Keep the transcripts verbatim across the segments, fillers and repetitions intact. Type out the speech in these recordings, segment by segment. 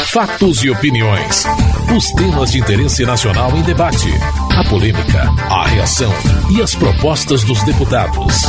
Fatos e opiniões. Os temas de interesse nacional em debate. A polêmica, a reação e as propostas dos deputados.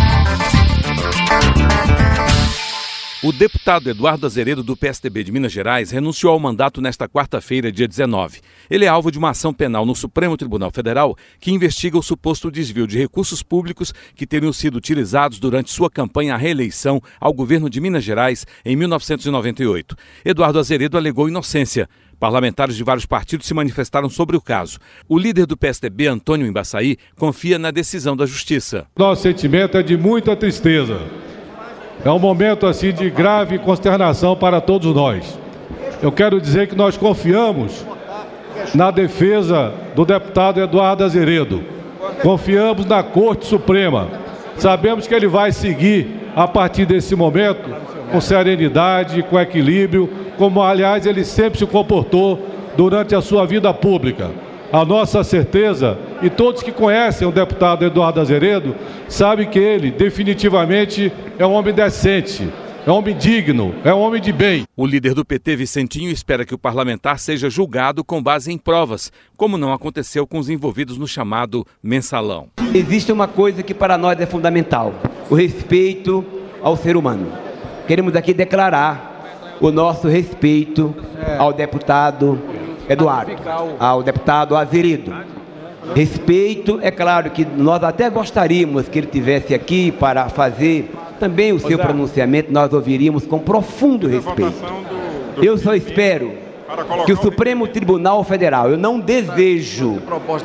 O deputado Eduardo Azeredo, do P S D B de Minas Gerais, renunciou ao mandato nesta quarta-feira, dia dezenove. Ele é alvo de uma ação penal no Supremo Tribunal Federal que investiga o suposto desvio de recursos públicos que teriam sido utilizados durante sua campanha à reeleição ao governo de Minas Gerais em mil novecentos e noventa e oito. Eduardo Azeredo alegou inocência. Parlamentares de vários partidos se manifestaram sobre o caso. O líder do P S D B, Antônio Embaçaí, confia na decisão da Justiça. Nosso sentimento é de muita tristeza. É um momento assim de grave consternação para todos nós. Eu quero dizer que nós confiamos na defesa do deputado Eduardo Azeredo. Confiamos na Corte Suprema. Sabemos que ele vai seguir, a partir desse momento, com serenidade, com equilíbrio, como, aliás, ele sempre se comportou durante a sua vida pública. A nossa certeza, e todos que conhecem o deputado Eduardo Azeredo, sabem que ele definitivamente é um homem decente, é um homem digno, é um homem de bem. O líder do P T, Vicentinho, espera que o parlamentar seja julgado com base em provas, como não aconteceu com os envolvidos no chamado mensalão. Existe uma coisa que para nós é fundamental, o respeito ao ser humano. Queremos aqui declarar o nosso respeito ao deputado Eduardo, ao deputado Azeredo. Respeito, é claro que nós até gostaríamos que ele estivesse aqui para fazer também o seu pronunciamento, nós ouviríamos com profundo respeito. Eu só espero que o Supremo Tribunal Federal, eu não desejo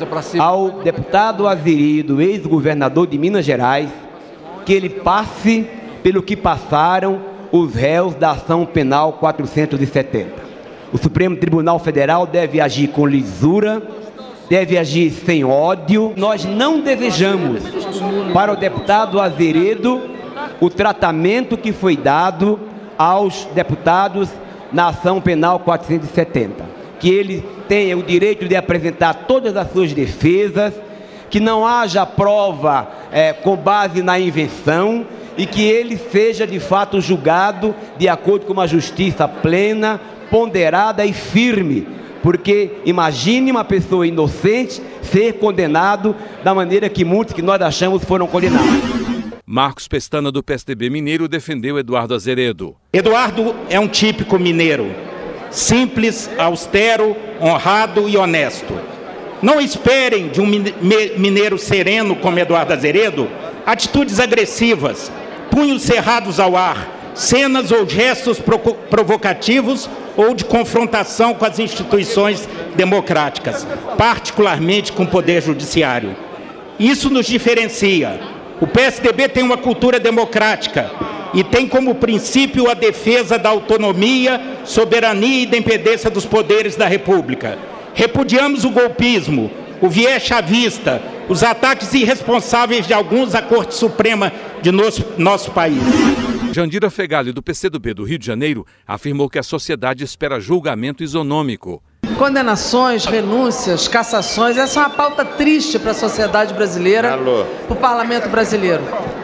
ao deputado Azeredo, ex-governador de Minas Gerais, que ele passe pelo que passaram os réus da ação penal quatrocentos e setenta. O Supremo Tribunal Federal deve agir com lisura, deve agir sem ódio. Nós não desejamos para o deputado Azeredo o tratamento que foi dado aos deputados na ação penal quatrocentos e setenta. Que ele tenha o direito de apresentar todas as suas defesas, que não haja prova é, com base na invenção e que ele seja de fato julgado de acordo com uma justiça plena, ponderada e firme, porque imagine uma pessoa inocente ser condenado da maneira que muitos que nós achamos foram condenados. Marcos Pestana, do P S D B mineiro, defendeu Eduardo Azeredo. Eduardo é um típico mineiro, simples, austero, honrado e honesto. Não esperem de um mineiro sereno como Eduardo Azeredo atitudes agressivas, punhos cerrados ao ar, cenas ou gestos provocativos ou de confrontação com as instituições democráticas, particularmente com o Poder Judiciário. Isso nos diferencia. O P S D B tem uma cultura democrática e tem como princípio a defesa da autonomia, soberania e independência dos poderes da República. Repudiamos o golpismo, o viés chavista, os ataques irresponsáveis de alguns à Corte Suprema de nosso, nosso país. Jandira Fegali, do P C do B do Rio de Janeiro, afirmou que a sociedade espera julgamento isonômico. Condenações, renúncias, cassações, essa é uma pauta triste para a sociedade brasileira, para o parlamento brasileiro.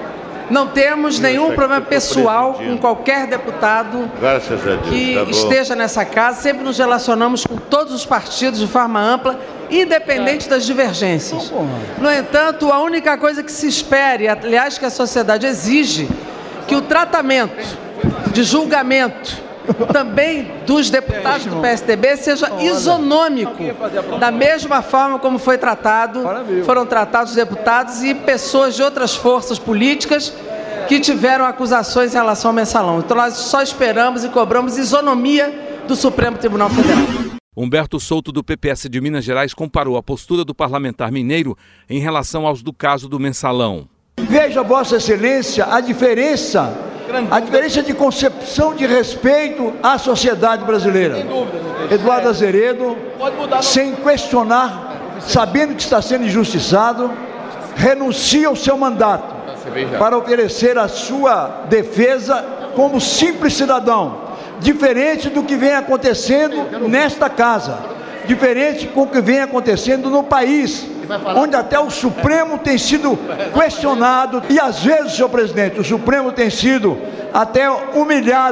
Não temos nenhum problema pessoal com qualquer deputado que esteja nessa casa. Sempre nos relacionamos com todos os partidos de forma ampla, independente das divergências. No entanto, a única coisa que se espera, e aliás que a sociedade exige, que o tratamento de julgamento também dos deputados do P S D B seja isonômico, da mesma forma como foi tratado, foram tratados deputados e pessoas de outras forças políticas que tiveram acusações em relação ao mensalão. Então nós só esperamos e cobramos isonomia do Supremo Tribunal Federal. Humberto Souto, do P P S de Minas Gerais, comparou a postura do parlamentar mineiro em relação aos do caso do mensalão. Veja, Vossa Excelência, a diferença, a diferença de concepção de respeito à sociedade brasileira. Eduardo Azeredo, sem questionar, sabendo que está sendo injustiçado, renuncia ao seu mandato para oferecer a sua defesa como simples cidadão, diferente do que vem acontecendo nesta casa, diferente com o que vem acontecendo no país, onde até o Supremo tem sido questionado e às vezes, senhor presidente, o Supremo tem sido até humilhado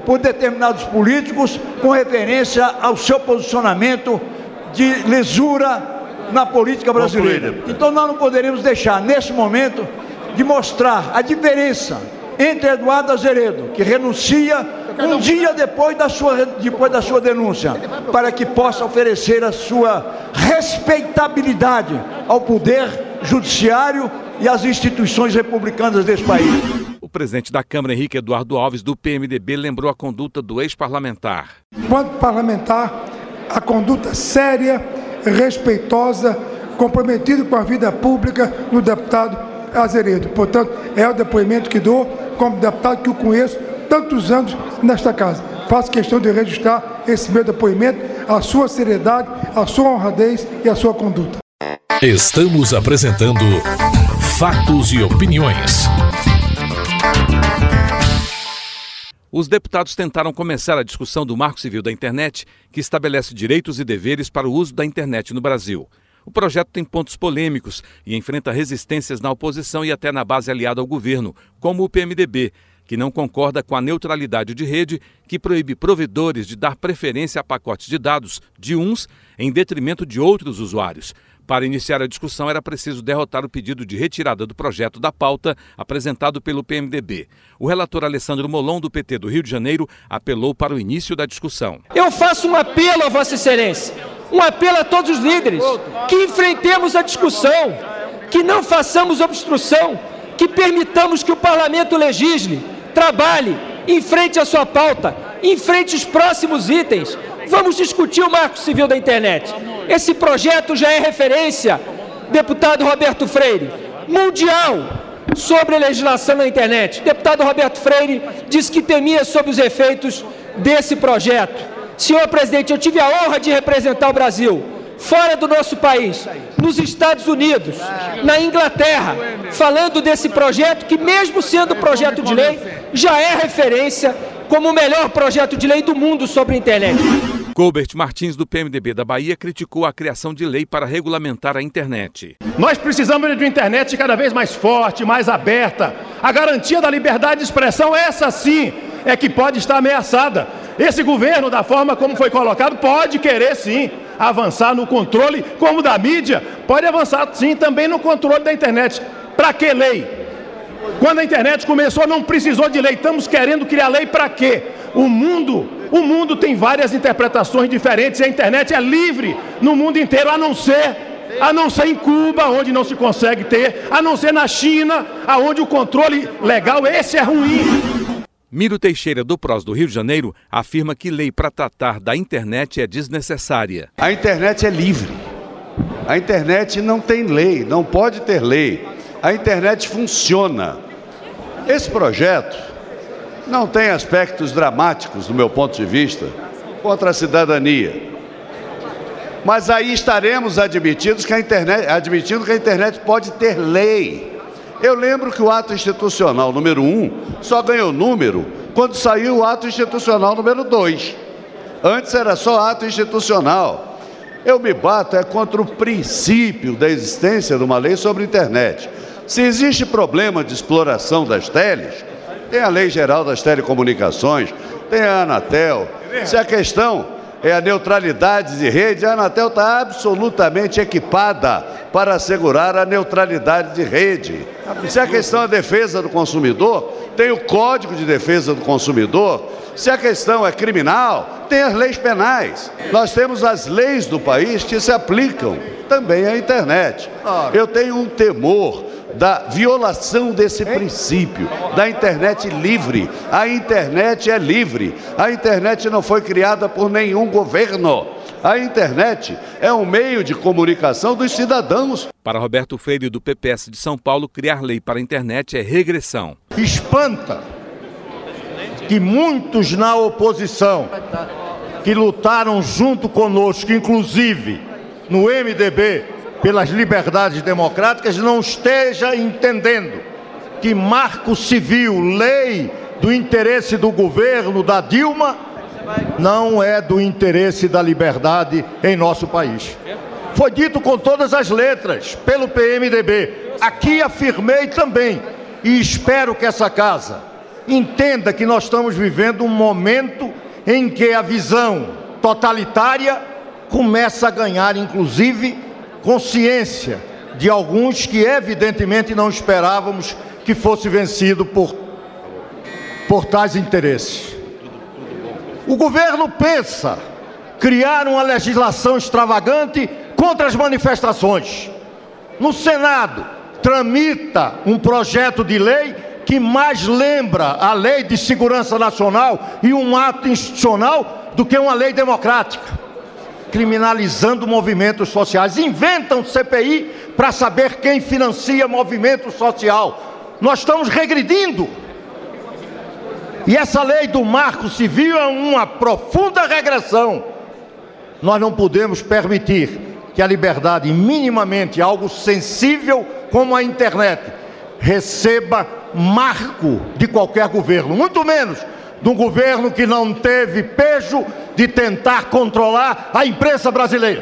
por determinados políticos com referência ao seu posicionamento de lisura na política brasileira. Então nós não poderíamos deixar, nesse momento, de mostrar a diferença entre Eduardo Azeredo, que renuncia um dia depois da sua, depois da sua denúncia, para que possa oferecer a sua respeitabilidade ao poder judiciário e às instituições republicanas desse país. O presidente da Câmara, Henrique Eduardo Alves, do P M D B, lembrou a conduta do ex-parlamentar. Enquanto parlamentar, a conduta séria, respeitosa, comprometida com a vida pública do deputado Azeredo. Portanto, é o depoimento que dou como deputado que eu conheço tantos anos nesta casa. Faço questão de registrar esse meu depoimento, a sua seriedade, a sua honradez e a sua conduta. Estamos apresentando Fatos e Opiniões. Os deputados tentaram começar a discussão do Marco Civil da Internet, que estabelece direitos e deveres para o uso da internet no Brasil. O projeto tem pontos polêmicos e enfrenta resistências na oposição e até na base aliada ao governo, como o P M D B, que não concorda com a neutralidade de rede, que proíbe provedores de dar preferência a pacotes de dados de uns em detrimento de outros usuários. Para iniciar a discussão, era preciso derrotar o pedido de retirada do projeto da pauta apresentado pelo P M D B. O relator Alessandro Molon, do P T do Rio de Janeiro, apelou para o início da discussão. Eu faço um apelo a Vossa Excelência, um apelo a todos os líderes, que enfrentemos a discussão, que não façamos obstrução, que permitamos que o Parlamento legisle, trabalhe, enfrente a sua pauta, enfrente os próximos itens. Vamos discutir o Marco Civil da Internet. Esse projeto já é referência, deputado Roberto Freire, mundial sobre a legislação na internet. O deputado Roberto Freire disse que temia sobre os efeitos desse projeto. Senhor presidente, eu tive a honra de representar o Brasil fora do nosso país, nos Estados Unidos, na Inglaterra, falando desse projeto que, mesmo sendo projeto de lei, já é referência como o melhor projeto de lei do mundo sobre a internet. Colbert Martins, do P M D B da Bahia, criticou a criação de lei para regulamentar a internet. Nós precisamos de uma internet cada vez mais forte, mais aberta. A garantia da liberdade de expressão, essa sim, é que pode estar ameaçada. Esse governo, da forma como foi colocado, pode querer sim avançar no controle, como da mídia, pode avançar sim também no controle da internet. Para que lei? Quando a internet começou, não precisou de lei. Estamos querendo criar lei para quê? O mundo, o mundo tem várias interpretações diferentes e a internet é livre no mundo inteiro, a não ser, a não ser em Cuba, onde não se consegue ter, a não ser na China, onde o controle legal, esse é ruim. Miro Teixeira, do P R O S do Rio de Janeiro, afirma que lei para tratar da internet é desnecessária. A internet é livre. A internet não tem lei, não pode ter lei. A internet funciona. Esse projeto não tem aspectos dramáticos, do meu ponto de vista, contra a cidadania. Mas aí estaremos admitidos que a internet, admitindo que a internet pode ter lei. Eu lembro que o ato institucional número um só ganhou número quando saiu o ato institucional número dois. Antes era só ato institucional. Eu me bato é contra o princípio da existência de uma lei sobre a internet. Se existe problema de exploração das teles, tem a Lei Geral das Telecomunicações, tem a Anatel. Se a questão é a neutralidade de rede, a Anatel está absolutamente equipada para assegurar a neutralidade de rede. Se a questão é a defesa do consumidor, tem o Código de Defesa do Consumidor. Se a questão é criminal, tem as leis penais. Nós temos as leis do país que se aplicam também à internet. Eu tenho um temor da violação desse princípio, da internet livre. A internet é livre. A internet não foi criada por nenhum governo. A internet é um meio de comunicação dos cidadãos. Para Roberto Freire, do P P S de São Paulo, criar lei para a internet é regressão. Espanta que muitos na oposição, que lutaram junto conosco, inclusive no M D B, pelas liberdades democráticas, não esteja entendendo que marco civil, lei do interesse do governo da Dilma, não é do interesse da liberdade em nosso país. Foi dito com todas as letras pelo P M D B. Aqui afirmei também, e espero que essa casa entenda que nós estamos vivendo um momento em que a visão totalitária começa a ganhar, inclusive, consciência de alguns que evidentemente não esperávamos que fosse vencido por, por tais interesses. O governo pensa criar uma legislação extravagante contra as manifestações. No Senado, tramita um projeto de lei que mais lembra a Lei de Segurança Nacional e um ato institucional do que uma lei democrática, criminalizando movimentos sociais. Inventam C P I para saber quem financia movimento social. Nós estamos regredindo. E essa lei do Marco Civil é uma profunda regressão. Nós não podemos permitir que a liberdade, minimamente algo sensível como a internet, receba marco de qualquer governo, muito menos de um governo que não teve pejo de tentar controlar a imprensa brasileira.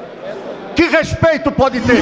Que respeito pode ter?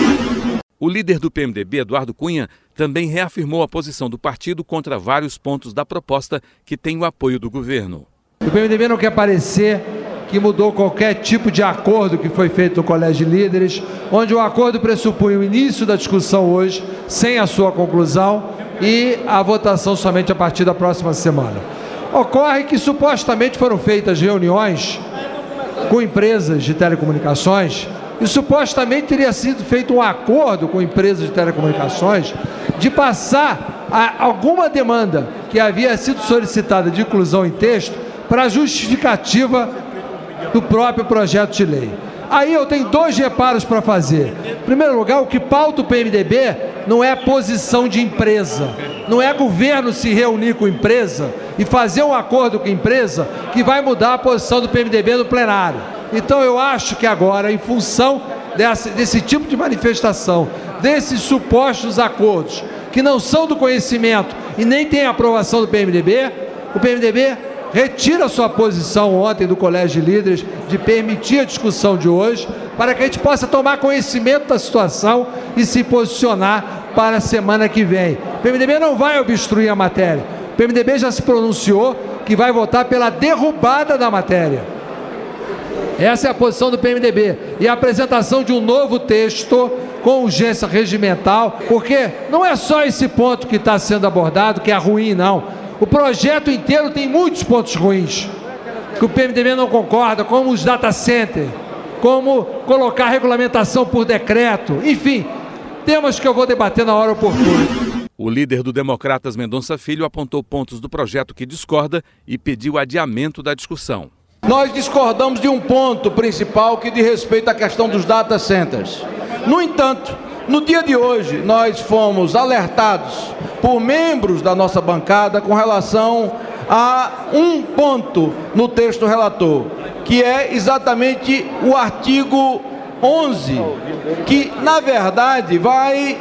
O líder do P M D B, Eduardo Cunha, também reafirmou a posição do partido contra vários pontos da proposta que tem o apoio do governo. O P M D B não quer parecer que mudou qualquer tipo de acordo que foi feito no Colégio de Líderes, onde o acordo pressupunha o início da discussão hoje, sem a sua conclusão, e a votação somente a partir da próxima semana. Ocorre que supostamente foram feitas reuniões com empresas de telecomunicações e supostamente teria sido feito um acordo com empresas de telecomunicações de passar a alguma demanda que havia sido solicitada de inclusão em texto para justificativa do próprio projeto de lei. Aí eu tenho dois reparos para fazer. Em primeiro lugar, o que pauta o P M D B não é posição de empresa, não é governo se reunir com empresa e fazer um acordo com a empresa que vai mudar a posição do P M D B no plenário. Então eu acho que agora, em função desse, desse tipo de manifestação, desses supostos acordos, que não são do conhecimento e nem têm aprovação do P M D B, o P M D B retira sua posição ontem do Colégio de Líderes de permitir a discussão de hoje, para que a gente possa tomar conhecimento da situação e se posicionar para a semana que vem. O P M D B não vai obstruir a matéria. O P M D B já se pronunciou que vai votar pela derrubada da matéria. Essa é a posição do P M D B. E a apresentação de um novo texto com urgência regimental, porque não é só esse ponto que está sendo abordado, que é ruim, não. O projeto inteiro tem muitos pontos ruins, que o P M D B não concorda, como os data centers, como colocar regulamentação por decreto, enfim, temas que eu vou debater na hora oportuna. O líder do Democratas, Mendonça Filho, apontou pontos do projeto que discorda e pediu adiamento da discussão. Nós discordamos de um ponto principal que diz respeito à questão dos data centers. No entanto, no dia de hoje, nós fomos alertados por membros da nossa bancada com relação a um ponto no texto relator, que é exatamente o artigo onze, que, na verdade, vai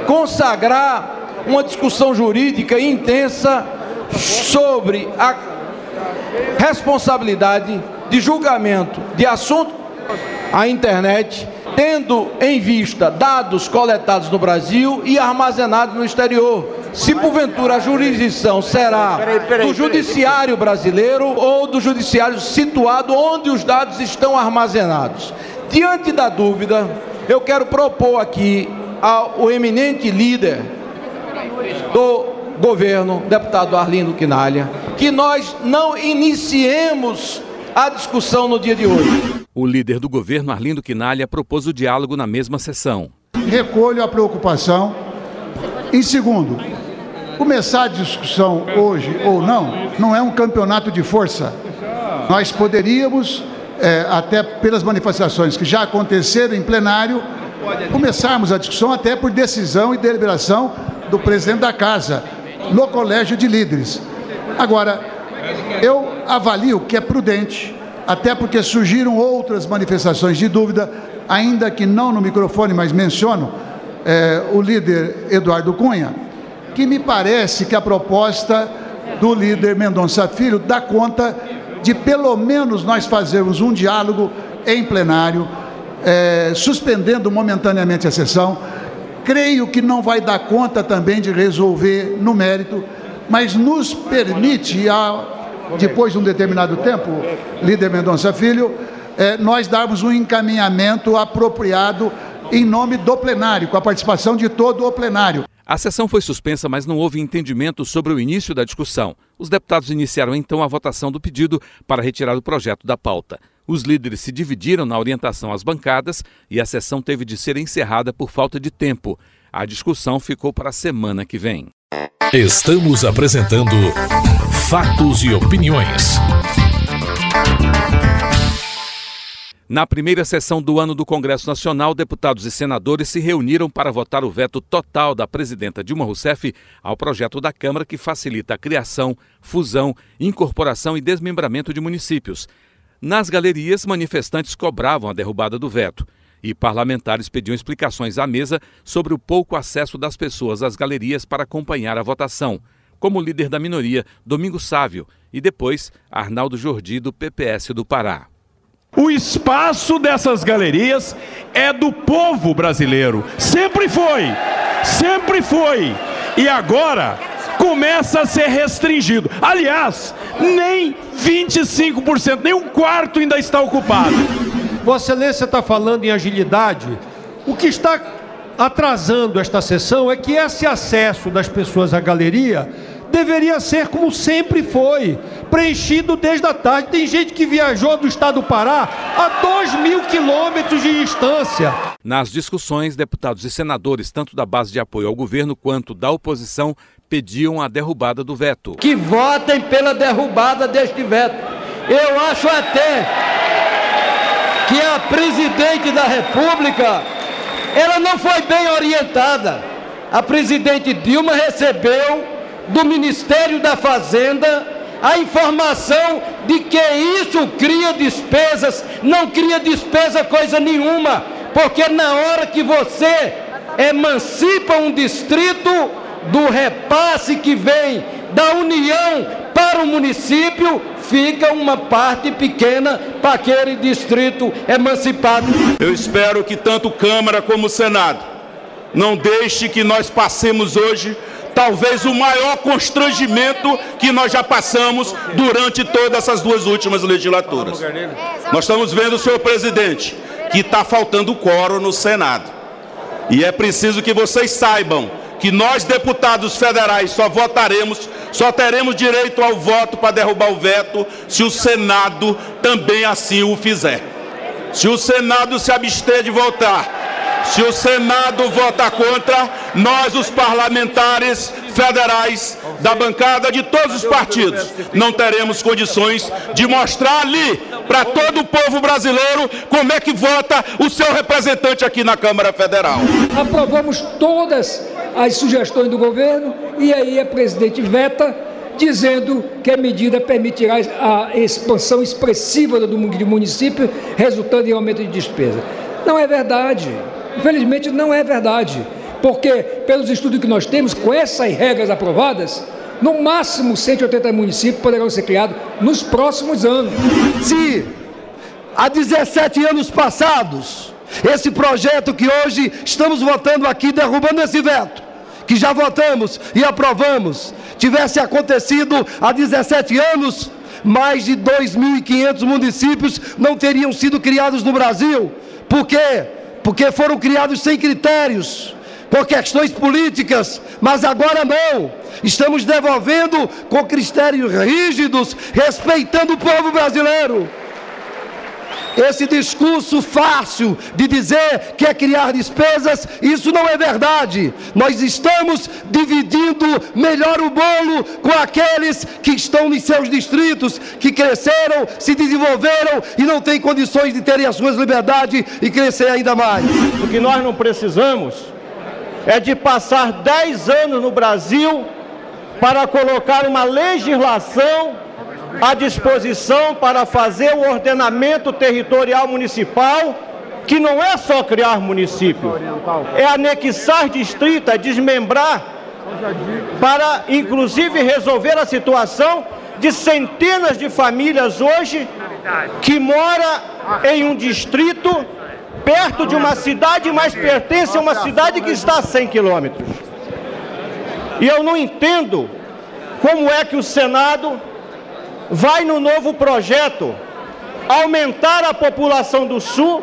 consagrar uma discussão jurídica intensa sobre a responsabilidade de julgamento de assunto à internet, tendo em vista dados coletados no Brasil e armazenados no exterior. Se porventura a jurisdição será do judiciário brasileiro ou do judiciário situado onde os dados estão armazenados. Diante da dúvida, eu quero propor aqui ao eminente líder do governo, deputado Arlindo Quinalha, que nós não iniciemos a discussão no dia de hoje. O líder do governo, Arlindo Quinalha, propôs o diálogo na mesma sessão. Recolho a preocupação. Em segundo, começar a discussão hoje ou não, não é um campeonato de força. Nós poderíamos, é, até pelas manifestações que já aconteceram em plenário, começarmos a discussão até por decisão e deliberação do presidente da Casa, no Colégio de Líderes. Agora, eu avalio que é prudente, até porque surgiram outras manifestações de dúvida, ainda que não no microfone, mas menciono é, o líder Eduardo Cunha, que me parece que a proposta do líder Mendonça Filho dá conta de pelo menos nós fazermos um diálogo em plenário, é, suspendendo momentaneamente a sessão. Creio que não vai dar conta também de resolver no mérito mas nos permite, a, depois de um determinado tempo, líder Mendonça Filho, é, nós darmos um encaminhamento apropriado em nome do plenário, com a participação de todo o plenário. A sessão foi suspensa, mas não houve entendimento sobre o início da discussão. Os deputados iniciaram então a votação do pedido para retirar o projeto da pauta. Os líderes se dividiram na orientação às bancadas e a sessão teve de ser encerrada por falta de tempo. A discussão ficou para a semana que vem. Estamos apresentando Fatos e Opiniões. Na primeira sessão do ano do Congresso Nacional, deputados e senadores se reuniram para votar o veto total da presidenta Dilma Rousseff ao projeto da Câmara que facilita a criação, fusão, incorporação e desmembramento de municípios. Nas galerias, manifestantes cobravam a derrubada do veto e parlamentares pediam explicações à mesa sobre o pouco acesso das pessoas às galerias para acompanhar a votação, como o líder da minoria, Domingos Sávio, e depois Arnaldo Jordi, do P P S do Pará. O espaço dessas galerias é do povo brasileiro. Sempre foi, sempre foi. E agora começa a ser restringido. Aliás, nem vinte e cinco por cento, nem um quarto ainda está ocupado. Vossa Excelência está falando em agilidade. O que está atrasando esta sessão é que esse acesso das pessoas à galeria deveria ser como sempre foi, preenchido desde a tarde. Tem gente que viajou do estado do Pará a dois mil quilômetros de distância. Nas discussões, deputados e senadores, tanto da base de apoio ao governo quanto da oposição, pediam a derrubada do veto. Que votem pela derrubada deste veto. Eu acho até que a presidente da República, ela não foi bem orientada. A presidente Dilma recebeu do Ministério da Fazenda a informação de que isso cria despesas. Não cria despesa coisa nenhuma, porque na hora que você emancipa um distrito do repasse que vem da União para o município, fica uma parte pequena para aquele distrito emancipado. Eu espero que tanto Câmara como Senado não deixe que nós passemos hoje talvez o maior constrangimento que nós já passamos durante todas essas duas últimas legislaturas. Nós estamos vendo, senhor presidente, que está faltando quórum no Senado. E é preciso que vocês saibam que nós, deputados federais, só votaremos, só teremos direito ao voto para derrubar o veto se o Senado também assim o fizer. Se o Senado se abster de votar, se o Senado votar contra, nós, os parlamentares federais da bancada de todos os partidos, não teremos condições de mostrar ali para todo o povo brasileiro como é que vota o seu representante aqui na Câmara Federal. Aprovamos todas as sugestões do governo e aí a presidente veta, dizendo que a medida permitirá a expansão expressiva do número de municípios, resultando em aumento de despesa. Não é verdade. Infelizmente não é verdade, porque pelos estudos que nós temos, com essas regras aprovadas, no máximo cento e oitenta municípios poderão ser criados nos próximos anos. Se há dezessete anos passados, esse projeto que hoje estamos votando aqui, derrubando esse veto, que já votamos e aprovamos, tivesse acontecido há dezessete anos, mais de dois mil e quinhentos municípios não teriam sido criados no Brasil. Por quê? Porque foram criados sem critérios, por questões políticas, mas agora não. Estamos devolvendo com critérios rígidos, respeitando o povo brasileiro. Esse discurso fácil de dizer que é criar despesas, isso não é verdade. Nós estamos dividindo melhor o bolo com aqueles que estão em seus distritos, que cresceram, se desenvolveram e não têm condições de terem as suas liberdades e crescer ainda mais. O que nós não precisamos é de passar dez anos no Brasil para colocar uma legislação à disposição para fazer o ordenamento territorial municipal, que não é só criar município, é anexar distrito, é desmembrar, para inclusive resolver a situação de centenas de famílias hoje que moram em um distrito perto de uma cidade, mas pertence a uma cidade que está a cem quilômetros. E eu não entendo como é que o Senado vai, no novo projeto, aumentar a população do Sul,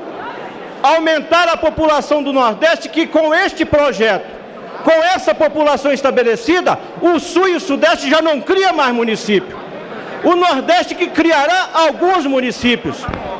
aumentar a população do Nordeste, que com este projeto, com essa população estabelecida, o Sul e o Sudeste já não cria mais município. O Nordeste que criará alguns municípios.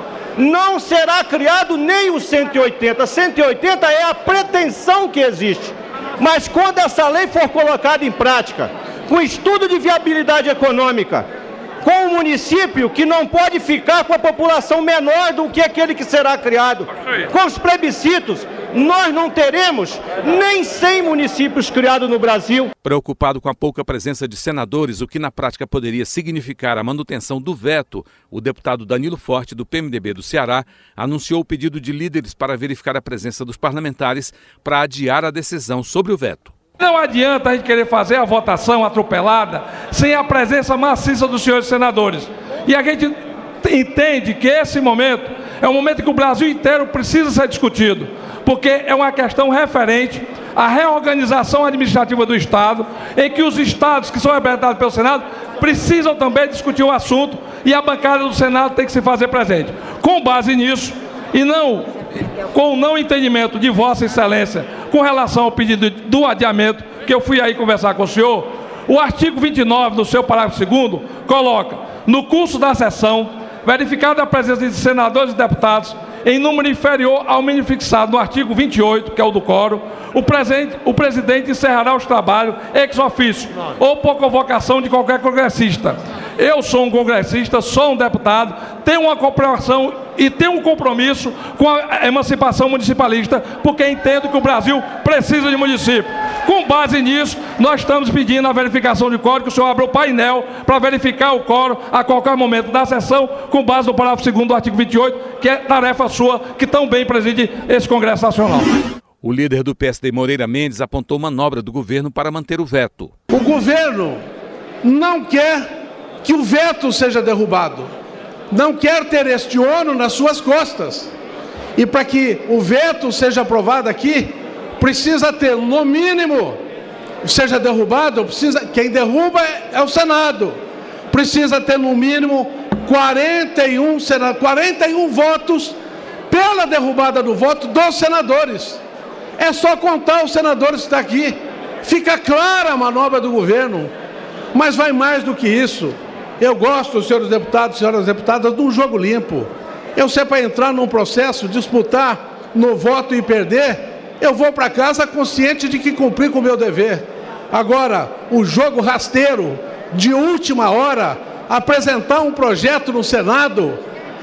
Não será criado nem o cento e oitenta. cento e oitenta é a pretensão que existe. Mas quando essa lei for colocada em prática, com estudo de viabilidade econômica, com um município que não pode ficar com a população menor do que aquele que será criado, com os plebiscitos, nós não teremos nem cem municípios criados no Brasil. Preocupado com a pouca presença de senadores, o que na prática poderia significar a manutenção do veto, o deputado Danilo Forte, do P M D B do Ceará, anunciou o pedido de líderes para verificar a presença dos parlamentares para adiar a decisão sobre o veto. Não adianta a gente querer fazer a votação atropelada sem a presença maciça dos senhores senadores. E a gente entende que esse momento é um momento que o Brasil inteiro precisa ser discutido, porque é uma questão referente à reorganização administrativa do Estado, em que os estados que são representados pelo Senado precisam também discutir o assunto e a bancada do Senado tem que se fazer presente. Com base nisso, e não com o não entendimento de Vossa Excelência com relação ao pedido do adiamento, que eu fui aí conversar com o senhor, o artigo vinte e nove, no seu parágrafo segundo, coloca: no curso da sessão, verificada a presença de senadores e deputados em número inferior ao mínimo fixado no artigo vinte e oito, que é o do quórum, o, presente, o presidente encerrará os trabalhos ex officio ou por convocação de qualquer congressista. Eu sou um congressista, sou um deputado, tenho uma compreensão e tenho um compromisso com a emancipação municipalista, porque entendo que o Brasil precisa de município. Com base nisso, nós estamos pedindo a verificação de quórum, que o senhor abra o painel para verificar o quórum a qualquer momento da sessão, com base no parágrafo segundo do artigo vinte e oito, que é tarefa sua, que tão bem preside esse Congresso Nacional. O líder do P S D, Moreira Mendes, apontou manobra do governo para manter o veto. O governo não quer que o veto seja derrubado, não quer ter este ônus nas suas costas. E para que o veto seja aprovado aqui, precisa ter, no mínimo, seja derrubado, precisa, quem derruba é, é o Senado, precisa ter no mínimo quarenta e um, quarenta e um votos pela derrubada do voto dos senadores. É só contar os senadores que estão aqui, fica clara a manobra do governo, mas vai mais do que isso. Eu gosto, senhores deputados, senhoras deputadas, de um jogo limpo. Eu sei, para entrar num processo, disputar no voto e perder, eu vou para casa consciente de que cumpri com o meu dever. Agora, o jogo rasteiro, de última hora, apresentar um projeto no Senado,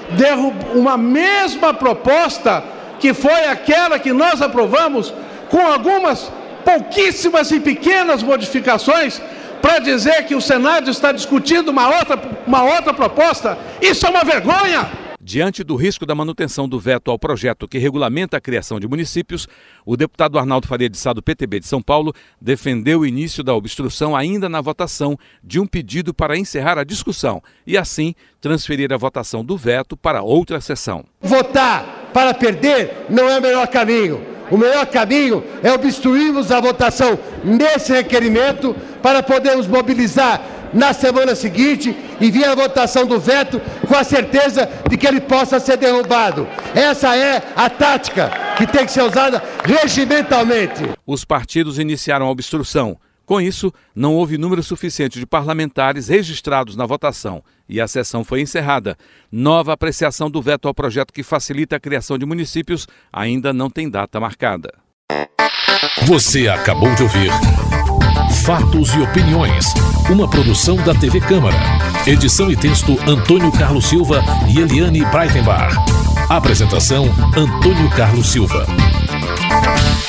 uma mesma proposta que foi aquela que nós aprovamos, com algumas pouquíssimas e pequenas modificações, para dizer que o Senado está discutindo uma outra, uma outra proposta, isso é uma vergonha! Diante do risco da manutenção do veto ao projeto que regulamenta a criação de municípios, o deputado Arnaldo Faria de Sá, do P T B de São Paulo, defendeu o início da obstrução ainda na votação de um pedido para encerrar a discussão e, assim, transferir a votação do veto para outra sessão. Votar para perder não é o melhor caminho. O melhor caminho é obstruirmos a votação nesse requerimento para podermos mobilizar na semana seguinte e vir a votação do veto com a certeza de que ele possa ser derrubado. Essa é a tática que tem que ser usada regimentalmente. Os partidos iniciaram a obstrução. Com isso, não houve número suficiente de parlamentares registrados na votação e a sessão foi encerrada. Nova apreciação do veto ao projeto que facilita a criação de municípios ainda não tem data marcada. Você acabou de ouvir Fatos e Opiniões, uma produção da T V Câmara. Edição e texto Antônio Carlos Silva e Eliane Breitenbach. Apresentação Antônio Carlos Silva.